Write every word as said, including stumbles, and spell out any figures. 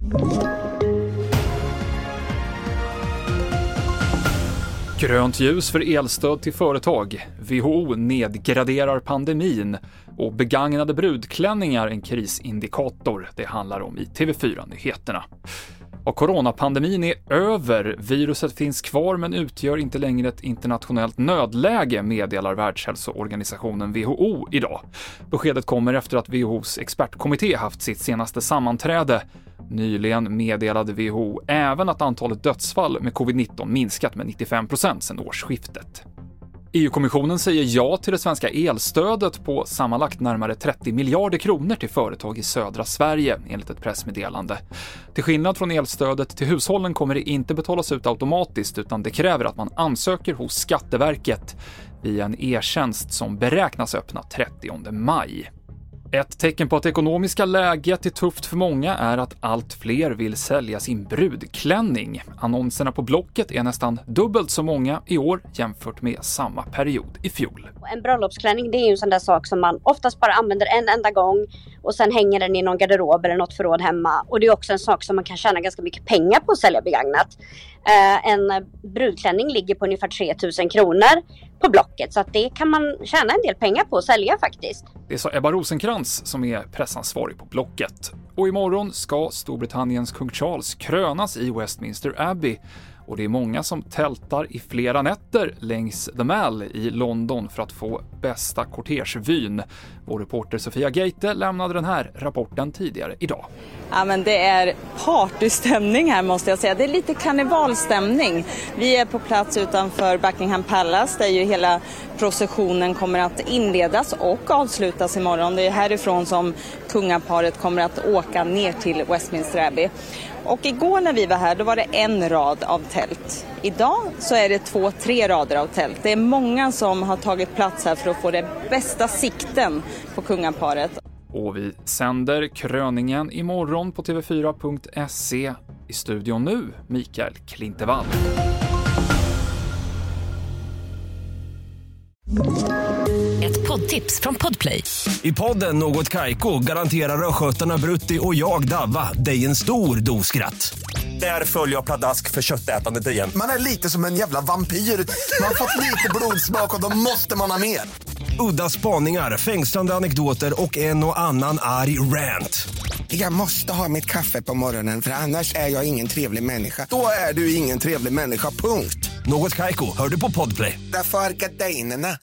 Grönt ljus för elstöd till företag. W H O nedgraderar pandemin och begagnade brudklänningar en krisindikator. Det handlar om i T V fyra-nyheterna. Och coronapandemin är över. Viruset finns kvar men utgör inte längre ett internationellt nödläge, meddelar Världshälsoorganisationen W H O idag. Beskedet kommer efter att W H O:s expertkommitté haft sitt senaste sammanträde. Nyligen meddelade W H O även att antalet dödsfall med covid nitton minskat med nittiofem procent sedan årsskiftet. E U-kommissionen säger ja till det svenska elstödet på sammanlagt närmare trettio miljarder kronor till företag i södra Sverige, enligt ett pressmeddelande. Till skillnad från elstödet till hushållen kommer det inte betalas ut automatiskt, utan det kräver att man ansöker hos Skatteverket via en e-tjänst som beräknas öppna trettionde maj. Ett tecken på att det ekonomiska läget är tufft för många är att allt fler vill sälja sin brudklänning. Annonserna på Blocket är nästan dubbelt så många i år jämfört med samma period i fjol. En bröllopsklänning, det är ju en sån där sak som man oftast bara använder en enda gång och sen hänger den i någon garderob eller något förråd hemma. Och det är också en sak som man kan tjäna ganska mycket pengar på att sälja begagnat. Eh, en brudklänning ligger på ungefär tre tusen kronor på Blocket, så att det kan man tjäna en del pengar på att sälja faktiskt. Det sa Ebba Rosenkrantz som är pressansvarig på Blocket. Och imorgon ska Storbritanniens kung Charles krönas i Westminster Abbey. Och det är många som tältar i flera nätter längs The Mall i London för att få bästa kortegevyn. Vår reporter Sofia Geite lämnade den här rapporten tidigare idag. Ja, men det är partystämning här, måste jag säga. Det är lite karnevalstämning. Vi är på plats utanför Buckingham Palace där ju hela processionen kommer att inledas och avslutas imorgon. Det är härifrån som kungaparet kommer att åka ner till Westminster Abbey. Och igår när vi var här, då var det en rad av tält. Idag så är det två, tre rader av tält. Det är många som har tagit plats här för att få den bästa sikten på kungaparet. Och vi sänder kröningen imorgon på t v fyra punkt se. I studion nu, Mikael Klintevall. Ett poddtips från Podplay. I podden Något Kaiko garanterar röskötarna Brutti och jag Davva dig en stor doskratt. Där följer jag pladask för köttätandet igen. Man är lite som en jävla vampyr. Man har fått lite blodsmak och då måste man ha mer. Udda spaningar, fängslande anekdoter och en och annan arg rant. Jag måste ha mitt kaffe på morgonen för annars är jag ingen trevlig människa. Då är du ingen trevlig människa, punkt. Något Kaiko, hör du på Podplay. Därför är gardinerna.